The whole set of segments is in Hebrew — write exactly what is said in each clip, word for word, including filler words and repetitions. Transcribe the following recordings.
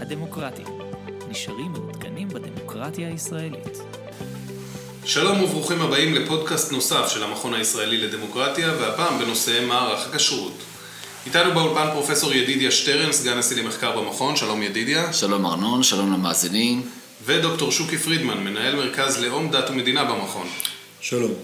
הדמוקרטיה. נשארים מעודכנים בדמוקרטיה הישראלית. שלום וברוכים הבאים לפודקאסט נוסף של המכון הישראלי לדמוקרטיה, והפעם בנושא מערך הכשרות. איתנו באולפן פרופסור ידידיה שטרן, סגן נשיא למחקר במכון. שלום ידידיה. שלום ארנון, שלום למאזינים. ודוקטור שוקי פרידמן, מנהל מרכז לאום דת ומדינה במכון. שלום.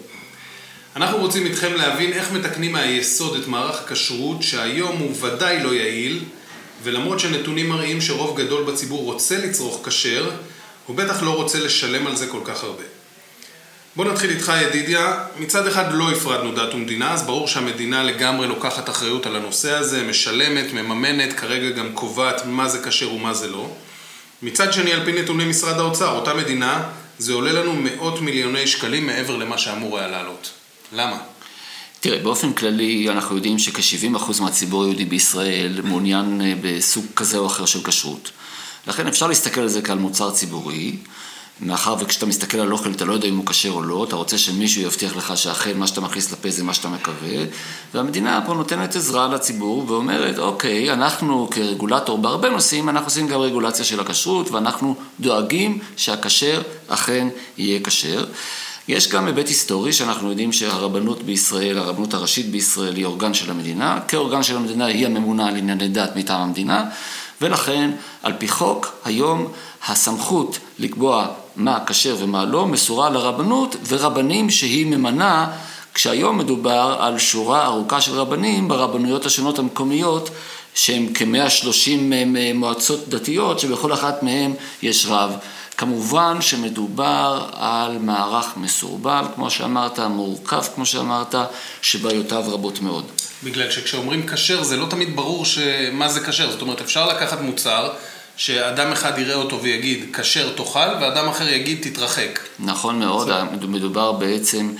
אנחנו רוצים איתכם להבין איך מתקנים מהיסוד את מערך הכשרות, שהיום הוא ודאי לא יעיל, ולמרות שנתונים מראים שרוב גדול בציבור רוצה לצרוך כשר, הוא בטח לא רוצה לשלם על זה כל כך הרבה. בוא נתחיל איתך ידידיה. מצד אחד לא הפרדנו דת ומדינה, אז ברור שהמדינה לגמרי לוקחת אחריות על הנושא הזה, משלמת, מממנת, כרגע גם קובעת מה זה כשר ומה זה לא. מצד שני, על פי נתוני משרד האוצר, אותה מדינה, זה עולה לנו מאות מיליוני שקלים מעבר למה שאמור היה לעלות. למה? תראה, באופן כללי אנחנו יודעים שכ-שבעים אחוז מהציבור היהודי בישראל מעוניין בסוג כזה או אחר של כשרות. לכן אפשר להסתכל על זה כעל מוצר ציבורי, מאחר וכשאתה מסתכל על אוכל אתה לא יודע אם הוא כשר או לא, אתה רוצה שמישהו יבטיח לך שאכן מה שאתה מכניס לפה זה מה שאתה מקווה, והמדינה פה נותנת עזרה לציבור ואומרת, אוקיי, אנחנו כרגולטור בהרבה נושאים, אנחנו עושים גם רגולציה של הכשרות, ואנחנו דואגים שהכשר אכן יהיה כשר. יש גם היבט היסטורי שאנחנו יודעים שהרבנות בישראל, הרבנות הראשית בישראל היא אורגן של המדינה, כאורגן של המדינה היא הממונה על ענייני דת מטעם המדינה, ולכן על פי חוק היום הסמכות לקבוע מה כשר ומה לא מסורה לרבנות, ורבנים שהיא ממנה, כשהיום מדובר על שורה ארוכה של רבנים ברבנויות השונות המקומיות, שהם כ-מאה ושלושים מועצות דתיות, שבכל אחת מהן יש רב. כמובן שמדובר על מערך מסורבל, כמו שאמרת, מורכב, כמו שאמרת, שבעיותיו רבות מאוד. בגלל שכשאומרים כשר זה לא תמיד ברור שמה זה כשר. זאת אומרת, אפשר לקחת מוצר שאדם אחד יראה אותו ויגיד כשר תאכל, ואדם אחר יגיד תתרחק. נכון מאוד, מדובר בעצם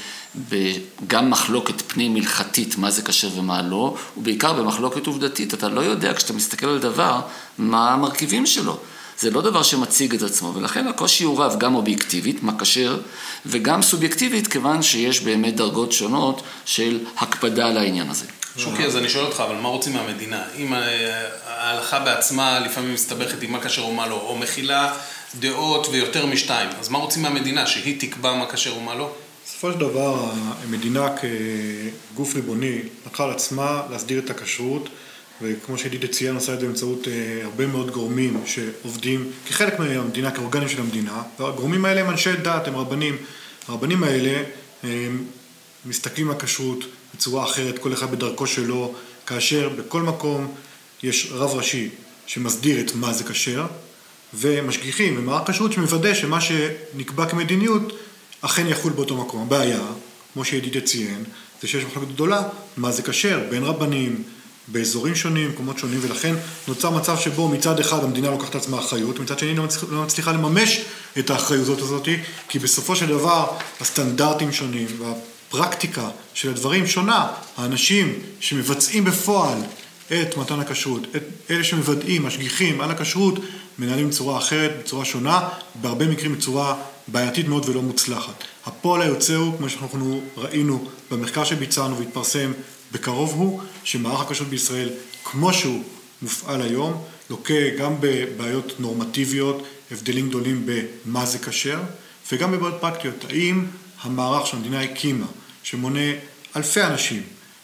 גם מחלוקת פנים הלכתית, מה זה כשר ומה לא, ובעיקר במחלוקת עובדתית. אתה לא יודע כשאתה מסתכל על דבר, מה המרכיבים שלו. זה לא דבר שמציג את עצמו, ולכן הקושי הוא רב גם אובייקטיבית, מה כשר, וגם סובייקטיבית, כיוון שיש באמת דרגות שונות של הקפדה על העניין הזה. שוקי, אז אני שואל אותך, אבל מה רוצים מהמדינה? אם ההלכה בעצמה לפעמים מסתבכת עם מה כשר או מה לא, או מכילה דעות ויותר משתיים, אז מה רוצים מהמדינה? שהיא תקבע מה כשר ומה לא? בסופו של דבר, המדינה כגוף ריבוני לקחה על עצמה להסדיר את הכשרות, וכמו שידידיה ציין, עושה את זה באמצעות הרבה מאוד גורמים שעובדים כחלק מהמדינה, כאורגנים של המדינה, והגורמים האלה הם אנשי דת, הם רבנים. הרבנים האלה הם מסתכלים על כשרות בצורה אחרת, כל אחד בדרכו שלו, כאשר בכל מקום יש רב ראשי שמסדיר את מה זה כשר, ומשגיחים במערך כשרות שמוודא שמה שנקבע כמדיניות אכן יחול באותו מקום. הבעיה, כמו שידידיה ציין, זה שיש מחלוקת גדולה מה זה כשר בין רבנים, באזורים שונים, מקומות שונים, ולכן נוצר מצב שבו מצד אחד המדינה לוקחת על עצמה אחריות, מצד שני לא מצליחה, לא מצליחה לממש את האחריות הזאת, כי בסופו של דבר הסטנדרטים שונים והפרקטיקה של הדברים שונה. האנשים שמבצעים בפועל את מתן הכשרות, את אלה שמוודאים, משגיחים על הכשרות, מנהלים בצורה אחרת, בצורה שונה, בהרבה מקרים בצורה בעייתית מאוד ולא מוצלחת. הפועל היוצא הוא, כמו שאנחנו ראינו במחקר שביצענו והתפרסם בקרוב, הוא שמערך הכשרות בישראל, כמו שהוא מופעל היום, לוקה גם בבעיות נורמטיביות, הבדלים גדולים במה זה כשר, וגם בבעיות פרקטיות. האם המערך שהמדינה הקימה, שמונה אלפי אנשים,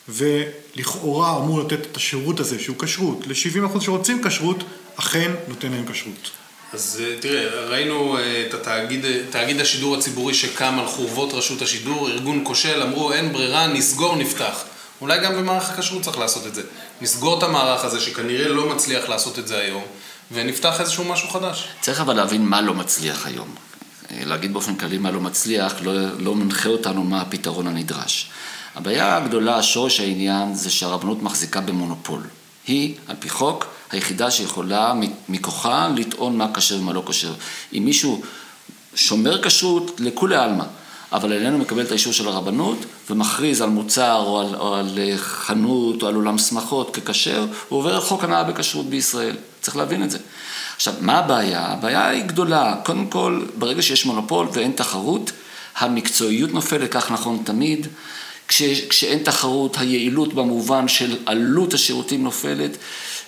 ולכאורה אמור לתת את השירות הזה, שהוא כשרות, ל-שבעים אחוז שרוצים כשרות, אכן נותן להם כשרות. אז תראה, ראינו את התאגיד, תאגיד השידור הציבורי שקם על חורבות רשות השידור, ארגון כושל, אמרו אין ברירה, נסגור, נפתח. אולי גם במערך הכשרות צריך לעשות את זה. נסגור את המערך הזה שכנראה לא מצליח לעשות את זה היום, ונפתח איזשהו משהו חדש. צריך אבל להבין מה לא מצליח היום. להגיד באופן כללי מה לא מצליח, לא, לא מנחה אותנו מה הפתרון הנדרש. הבעיה הגדולה, שורש העניין, זה שהרבנות מחזיקה במונופול. היא, על פי חוק, היחידה שיכולה מכוחה לטעון מה כשר ומה לא כשר. אם מישהו שומר כשרות לכולי עלמא, אבל איננו מקבל את האישור של הרבנות, ומכריז על מוצר או על, או על חנות או על אולם שמחות ככשר, הוא עובר על חוק הנאה בכשרות בישראל. צריך להבין את זה. עכשיו, מה הבעיה? הבעיה היא גדולה. קודם כל, ברגע שיש מונופול ואין תחרות, המקצועיות נופלת, כך נכון תמיד. כש, כשאין תחרות, היעילות במובן של עלות השירותים נופלת,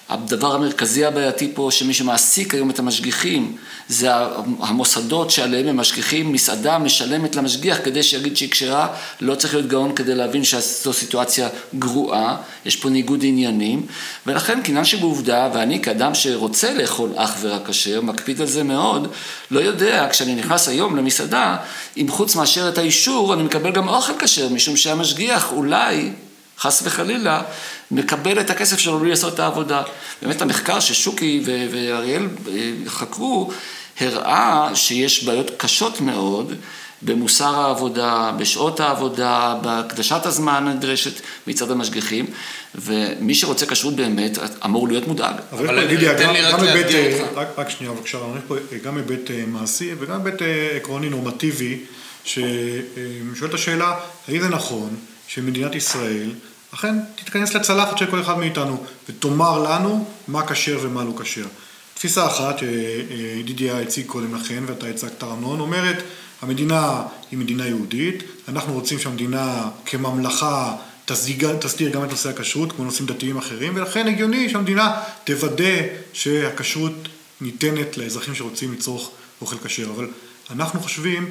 הדבר המרכזי הבעייתי פה, שמי שמעסיק היום את המשגיחים, זה המוסדות שעליהם הם משגיחים, מסעדה משלמת למשגיח כדי שיגיד שהיא כשרה, לא צריך להיות גאון כדי להבין שזו סיטואציה גרועה, יש פה ניגוד עניינים, ולכן כעניין שבעובדה, ואני כאדם שרוצה לאכול אך ורק כשר, מקפיד על זה מאוד, לא יודע, כשאני נכנס היום למסעדה, אם חוץ מאשר את האישור, אני מקבל גם אוכל כשר, משום שהמשגיח אולי, חס וחלילה, מקבל את הכסף שלו בלי לעשות את העבודה. באמת המחקר ששוקי ואריאל חקרו, הראה שיש בעיות קשות מאוד במוסר העבודה, בשעות העבודה, בהקדשת הזמן הנדרשת מצד המשגיחים, ומי שרוצה כשרות באמת אמור להיות מודאג. אבל תן לי רק להגדיר אותך. רק שנייה, בבקשה, אני פה גם היבט מעשי וגם היבט עקרוני נורמטיבי, ששואל את השאלה, האם זה נכון שמדינת ישראל אכן תתכנס לצלחת של כל אחד מאיתנו ותאמר לנו מה כשר ומה לא כשר. תפיסה אחת שידידיה הציג קודם לכן ואתה הצגת ארנון אומרת המדינה היא מדינה יהודית, אנחנו רוצים שהמדינה כממלכה תסדיר, תסדיר גם את נושא הכשרות כמו נושאים דתיים אחרים ולכן הגיוני שהמדינה תוודא שהכשרות ניתנת לאזרחים שרוצים לצרוך אוכל כשר. אבל אנחנו חושבים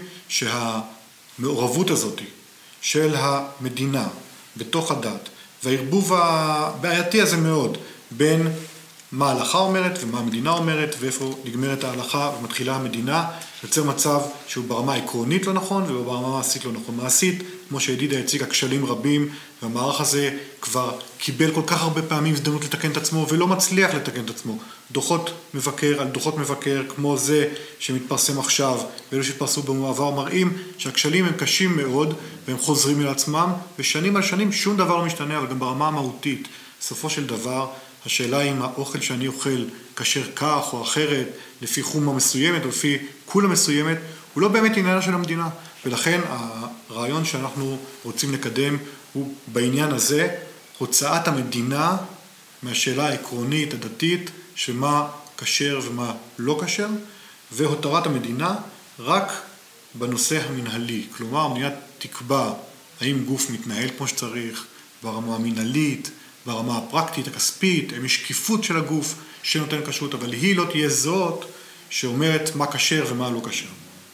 שהמעורבות הזאת של המדינה בתוך הדת, והערבוב הבעייתי הזה מאוד, בין מה ההלכה אומרת ומה המדינה אומרת, ואיפה נגמרת ההלכה ומתחילה המדינה, יוצר מצב שהוא ברמה עקרונית לא נכון, וברמה מעשית לא נכון. מעשית, כמו שידידה הציג, הכשלים רבים, והמערך הזה כבר קיבל כל כך הרבה פעמים הזדמנות לתקן את עצמו, ולא מצליח לתקן את עצמו. דוחות מבקר על דוחות מבקר, כמו זה שמתפרסם עכשיו, ואלו שהתפרסו במעבר, מראים שהכשלים הם קשים מאוד, והם חוזרים אל עצמם, ושנים על שנים שום דבר לא משתנה, אבל גם ברמה המהותית. בסופו של דבר, השאלה אם האוכל שאני אוכל כשר כך או אחרת, לפי חומה מסוימת או לפי כולה מסוימת, הוא לא באמת עניינה של המדינה. ולכן הרעיון שאנחנו רוצים לקדם הוא בעניין הזה, הוצאת המדינה מהשאלה העקרונית, הדתית, שמה כשר ומה לא כשר, והותרת המדינה רק בנושא המנהלי. כלומר, המדינה תקבע האם גוף מתנהל כמו שצריך, ברמה המנהלית, ברמה הפרקטית, הכספית, האם יש שקיפות של הגוף שנותן כשרות, אבל היא לא תהיה זאת שאומרת מה כשר ומה לא כשר.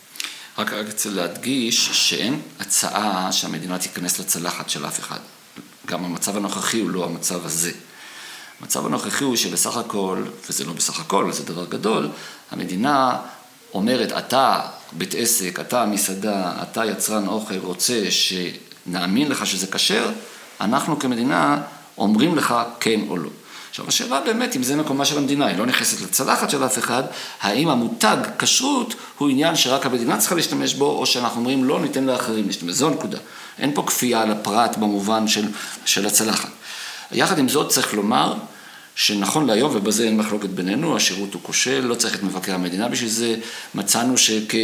רק רוצה להדגיש שאין הצעה שהמדינה תיכנס לצלחת של אף אחד. גם המצב הנוכחי הוא לא המצב הזה. המצב הנוכחי הוא שבסך הכל, וזה לא בסך הכל, זה דבר גדול, המדינה אומרת, אתה בית עסק, אתה מסעדה, אתה יצרן אוכל, רוצה שנאמין לך שזה כשר, אנחנו כמדינה אומרים לך כן או לא. עכשיו, השאלה באמת, אם זה מקומה של המדינה, היא לא נכנסת לצלחת של אף אחד, האם המותג כשרות הוא עניין שרק המדינה צריכה להשתמש בו, או שאנחנו אומרים לא ניתן לאחרים להשתמש. זו נקודה. אין פה כפייה על הפרט במובן של, של הצלחת. יחד עם זאת צריך לומר שנכון להיום, ובזה אין מחלוקת בינינו, השירות הוא כושל, לא צריך את מבקר המדינה בשביל זה, מצאנו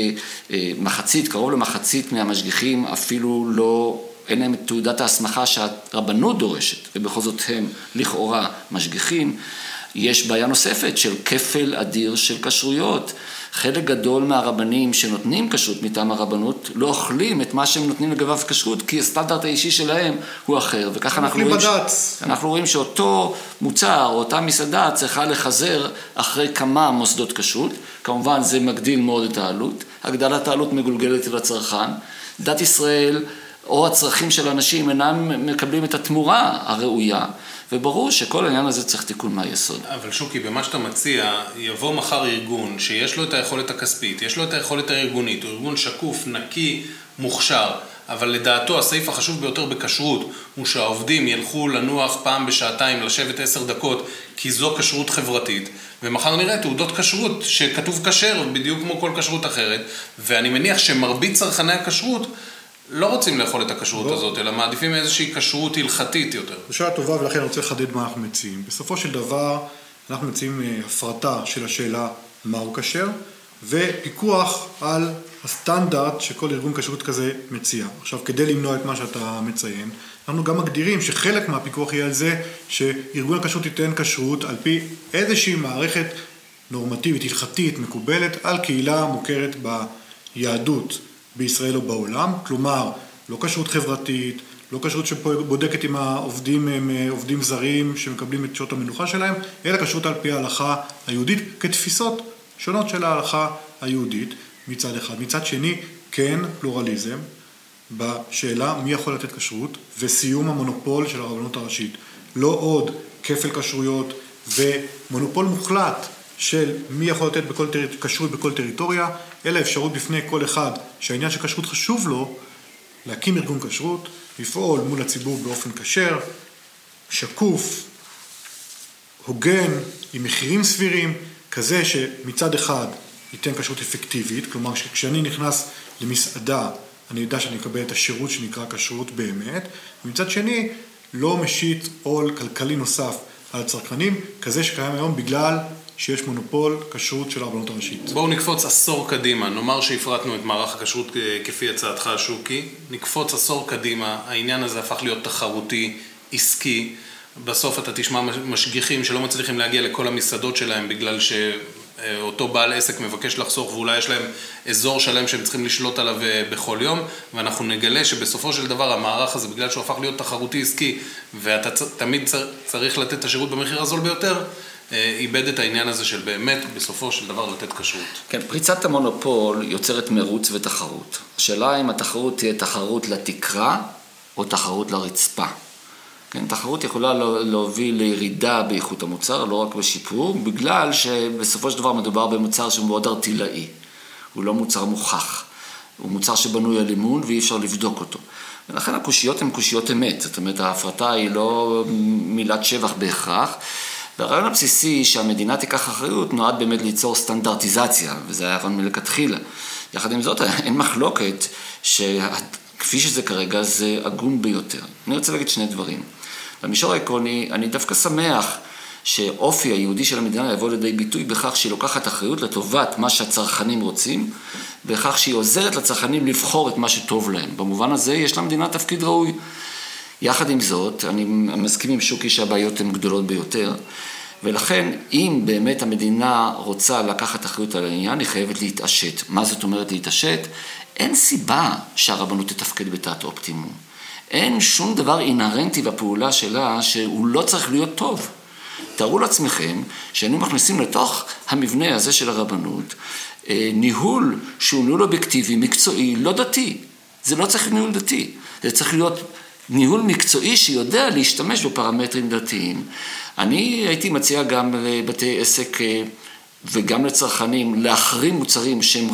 שכמחצית, קרוב למחצית מהמשגיחים אפילו לא אין להם את תעודת ההסמכה שהרבנות דורשת, ובכל זאת הם לכאורה משגיחים. יש בעיה נוספת של כפל אדיר של כשרויות. חלק גדול מהרבנים שנותנים כשרות מטעם הרבנות לא אוכלים את מה שהם נותנים לגביו כשרות, כי הסטנדרט האישי שלהם הוא אחר. וככה אנחנו רואים, ש... אנחנו רואים שאותו מוצר, או אותה מסעדה צריכה לחזר אחרי כמה מוסדות כשרות. כמובן זה מגדיל מאוד את העלות. הגדלת העלות מגולגלת לצרכן. דת ישראל או הצרכים של אנשים אינם מקבלים את התמורה הראויה, וברור שכל העניין הזה צריך תיקון מהיסוד. אבל שוקי, במה שאתה מציע, יבוא מחר ארגון שיש לו את היכולת הכספית, יש לו את היכולת הארגונית, הוא ארגון שקוף, נקי, מוכשר, אבל לדעתו הסעיף החשוב ביותר בכשרות הוא שהעובדים ילכו לנוח פעם בשעתיים, לשבת עשר דקות, כי זו כשרות חברתית, ומחר נראה תעודות כשרות שכתוב כשר בדיוק כמו כל כשרות אחרת, ואני מניח שמרבית צרכני הכשרות לא רוצים לאכול את הכשרות הזאת, אלא מעדיפים איזושהי כשרות הלכתית יותר. זו שאלה טובה, ולכן אני רוצה לחדד מה אנחנו מציעים. בסופו של דבר, אנחנו מציעים הפרטה של השאלה מהו כשר, ופיקוח על הסטנדרט שכל ארגון כשרות כזה מציע. עכשיו, כדי למנוע את מה שאתה מציין, אנחנו גם מגדירים שחלק מהפיקוח יהיה על זה, שארגון הכשרות ייתן כשרות על פי איזושהי מערכת נורמטיבית, הלכתית, מקובלת, על קהילה מוכרת ביהדות. בישראל או בעולם, כלומר, לא כשרות חברתית, לא כשרות שבודקת אם העובדים הם עובדים זרים שמקבלים את שעות המנוחה שלהם, אלא כשרות על פי ההלכה היהודית כתפיסות שונות של ההלכה היהודית מצד אחד. מצד שני, כן פלורליזם בשאלה מי יכול לתת כשרות וסיום המונופול של הרבנות הראשית. לא עוד כפל כשרויות ומונופול מוחלט של מי יכול לתת בכל טר... כשרות בכל טריטוריה, אלא אפשרות בפני כל אחד שהעניין של כשרות חשוב לו, להקים ארגון כשרות, לפעול מול הציבור באופן כשר, שקוף, הוגן, עם מחירים סבירים, כזה שמצד אחד ייתן כשרות אפקטיבית, כלומר כשאני נכנס למסעדה, אני יודע שאני אקבל את השירות שנקרא כשרות באמת, ומצד שני לא משית עול כלכלי נוסף על הצרכנים, כזה שקיים היום בגלל שיש מונופול כשרות של הרבנות הראשית. בואו נקפוץ עשור קדימה, נאמר שהפרטנו את מערך הכשרות כפי הצעתך שוקי, נקפוץ עשור קדימה, העניין הזה הפך להיות תחרותי, עסקי, בסוף אתה תשמע משגיחים שלא מצליחים להגיע לכל המסעדות שלהם בגלל שאותו בעל עסק מבקש לחסוך ואולי יש להם אזור שלם שהם צריכים לשלוט עליו בכל יום, ואנחנו נגלה שבסופו של דבר המערך הזה, בגלל שהוא הפך להיות תחרותי עסקי ואתה תמיד צריך לתת את השירות במחיר הזול ביותר, איבד את העניין הזה של באמת בסופו של דבר לתת כשרות. כן, פריצת המונופול יוצרת מרוץ ותחרות. השאלה אם התחרות תהיה תחרות לתקרה או תחרות לרצפה. כן, תחרות יכולה להוביל לירידה באיכות המוצר, לא רק בשיפור, בגלל שבסופו של דבר מדובר במוצר שהוא מאוד ארטילאי. הוא לא מוצר מוכח. הוא מוצר שבנוי על אימון ואי אפשר לבדוק אותו. ולכן הקושיות הן קושיות אמת. זאת אומרת, ההפרטה היא לא מילת שבח בהכרח. והרעיון הבסיסי שהמדינה תיקח אחריות נועד באמת ליצור סטנדרטיזציה, וזה היה רעיון מלכתחילה. יחד עם זאת, אין מחלוקת שכפי שזה כרגע זה הגון ביותר. אני רוצה להגיד שני דברים. במישור העקרוני, אני דווקא שמח שאופי היהודי של המדינה יבוא לידי ביטוי בכך שהיא לוקחת אחריות לטובת מה שהצרכנים רוצים, בכך שהיא עוזרת לצרכנים לבחור את מה שטוב להם. במובן הזה יש למדינה תפקיד ראוי. יחד עם זאת, אני מסכים עם שוקי שהבעיות הן גדולות ביותר, ולכן אם באמת המדינה רוצה לקחת אחריות על העניין, היא חייבת להתעשת. מה זאת אומרת להתעשת? אין סיבה שהרבנות תתפקד בתת אופטימום. אין שום דבר אינהרנטי בפעולה שלה שהוא לא צריך להיות טוב. תארו לעצמכם שהיינו מכניסים לתוך המבנה הזה של הרבנות, ניהול שהוא ניהול אובייקטיבי, מקצועי, לא דתי. זה לא צריך ניהול דתי. זה צריך להיות ניהול מקצועי שיודע להשתמש בפרמטרים דתיים. אני הייתי מציע גם לבתי עסק וגם לצרכנים להחרים מוצרים שהם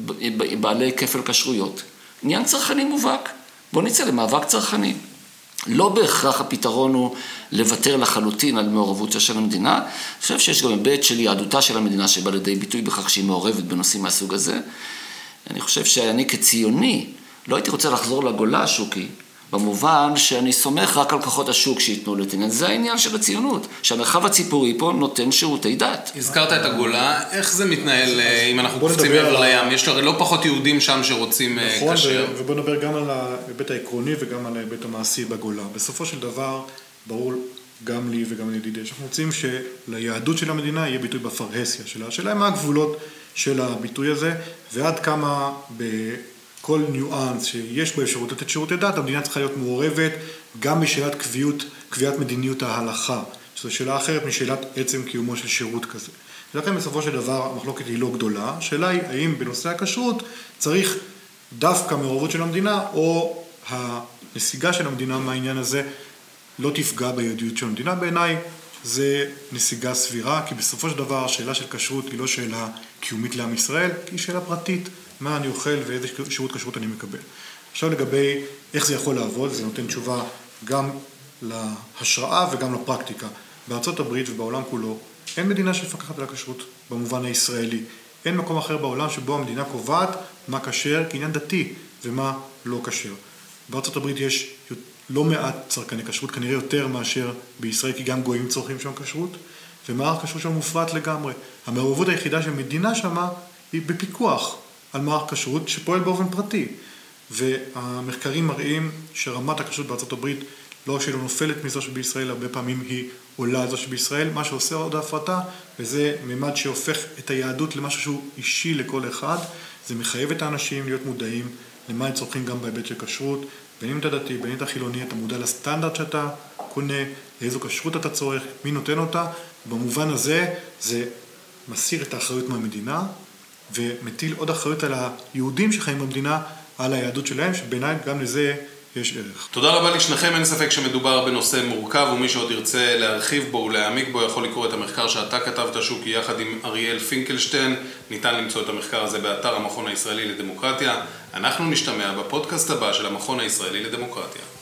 בעלי כפל כשרויות. עניין צרכני מובהק. בוא נצא למאבק צרכני. לא בהכרח הפתרון הוא לוותר לחלוטין על מעורבות של המדינה. אני חושב שיש גם היבט של יהדותה של המדינה שבא לידי ביטוי בכך שהיא מעורבת בנושאים מהסוג הזה. אני חושב שאני כציוני לא הייתי רוצה לחזור לגולה שוקי, במובן שאני סומך רק על כוחות השוק שיתנו לתינן. זה העניין של הציונות, שהמרחב הציבורי פה נותן שירותי דת. הזכרת את הגולה, איך זה מתנהל אם אנחנו קופצים מעבר לים? יש לא פחות יהודים שם שרוצים כשר. נכון, ובוא נדבר גם על ההיבט העקרוני וגם על ההיבט המעשי בגולה. בסופו של דבר, ברור גם לי וגם לידידי, שאנחנו רוצים שליהדות של המדינה יהיה ביטוי בפרהסיה שלה. השאלה מה הגבולות של הביטוי הזה, ועד כמה ב... כל ניואנס שיש בו אפשרות לתת שירותי דת, המדינה צריכה להיות מעורבת גם בשאלת קביעות, קביעת מדיניות ההלכה, שזו שאלה אחרת משאלת עצם קיומו של שירות כזה. ולכן בסופו של דבר המחלוקת היא לא גדולה, השאלה היא האם בנושא הכשרות צריך דווקא מעורבות של המדינה, או הנסיגה של המדינה מהעניין הזה לא תפגע ביהודיות של המדינה. בעיניי זה נסיגה סבירה, כי בסופו של דבר השאלה של כשרות היא לא שאלה קיומית לעם ישראל, כי היא שאלה פרטית. מה אני אוכל ואיזה שירות כשרות אני מקבל. עכשיו לגבי איך זה יכול לעבוד, זה נותן תשובה גם להשראה וגם לפרקטיקה. בארצות הברית ובעולם כולו, אין מדינה שמפקחת על הכשרות במובן הישראלי. אין מקום אחר בעולם שבו המדינה קובעת מה כשר כעניין דתי ומה לא כשר. בארצות הברית יש לא מעט צרכני כשרות, כנראה יותר מאשר בישראל, כי גם גויים צורכים שם כשרות, ומערך כשרות שם מופרט לגמרי. המעורבות היחידה של מדינה שמה היא בפיקוח. על מערך כשרות שפועל באופן פרטי. והמחקרים מראים שרמת הכשרות בארצות הברית לא שלא נופלת מזו שבישראל, הרבה פעמים היא עולה זו שבישראל, מה שעושה עוד ההפרטה, וזה ממד שהופך את היהדות למשהו שהוא אישי לכל אחד, זה מחייב את האנשים להיות מודעים למה הם צורכים גם בהיבט של כשרות, בין אם אתה דתי, בין אם אתה חילוני, אתה מודע לסטנדרט שאתה קונה, לאיזו כשרות אתה צורך, מי נותן אותה. במובן הזה זה מסיר את האחריות מהמדינה, ומטיל עוד אחריות על היהודים שחיים במדינה, על היהדות שלהם, שבעיניי גם לזה יש ערך. תודה רבה לשניכם, אין ספק שמדובר בנושא מורכב, ומי שעוד ירצה להרחיב בו ולהעמיק בו יכול לקרוא את המחקר שאתה כתבת, שוקי, יחד עם אריאל פינקלשטיין. ניתן למצוא את המחקר הזה באתר המכון הישראלי לדמוקרטיה. אנחנו נשתמע בפודקאסט הבא של המכון הישראלי לדמוקרטיה.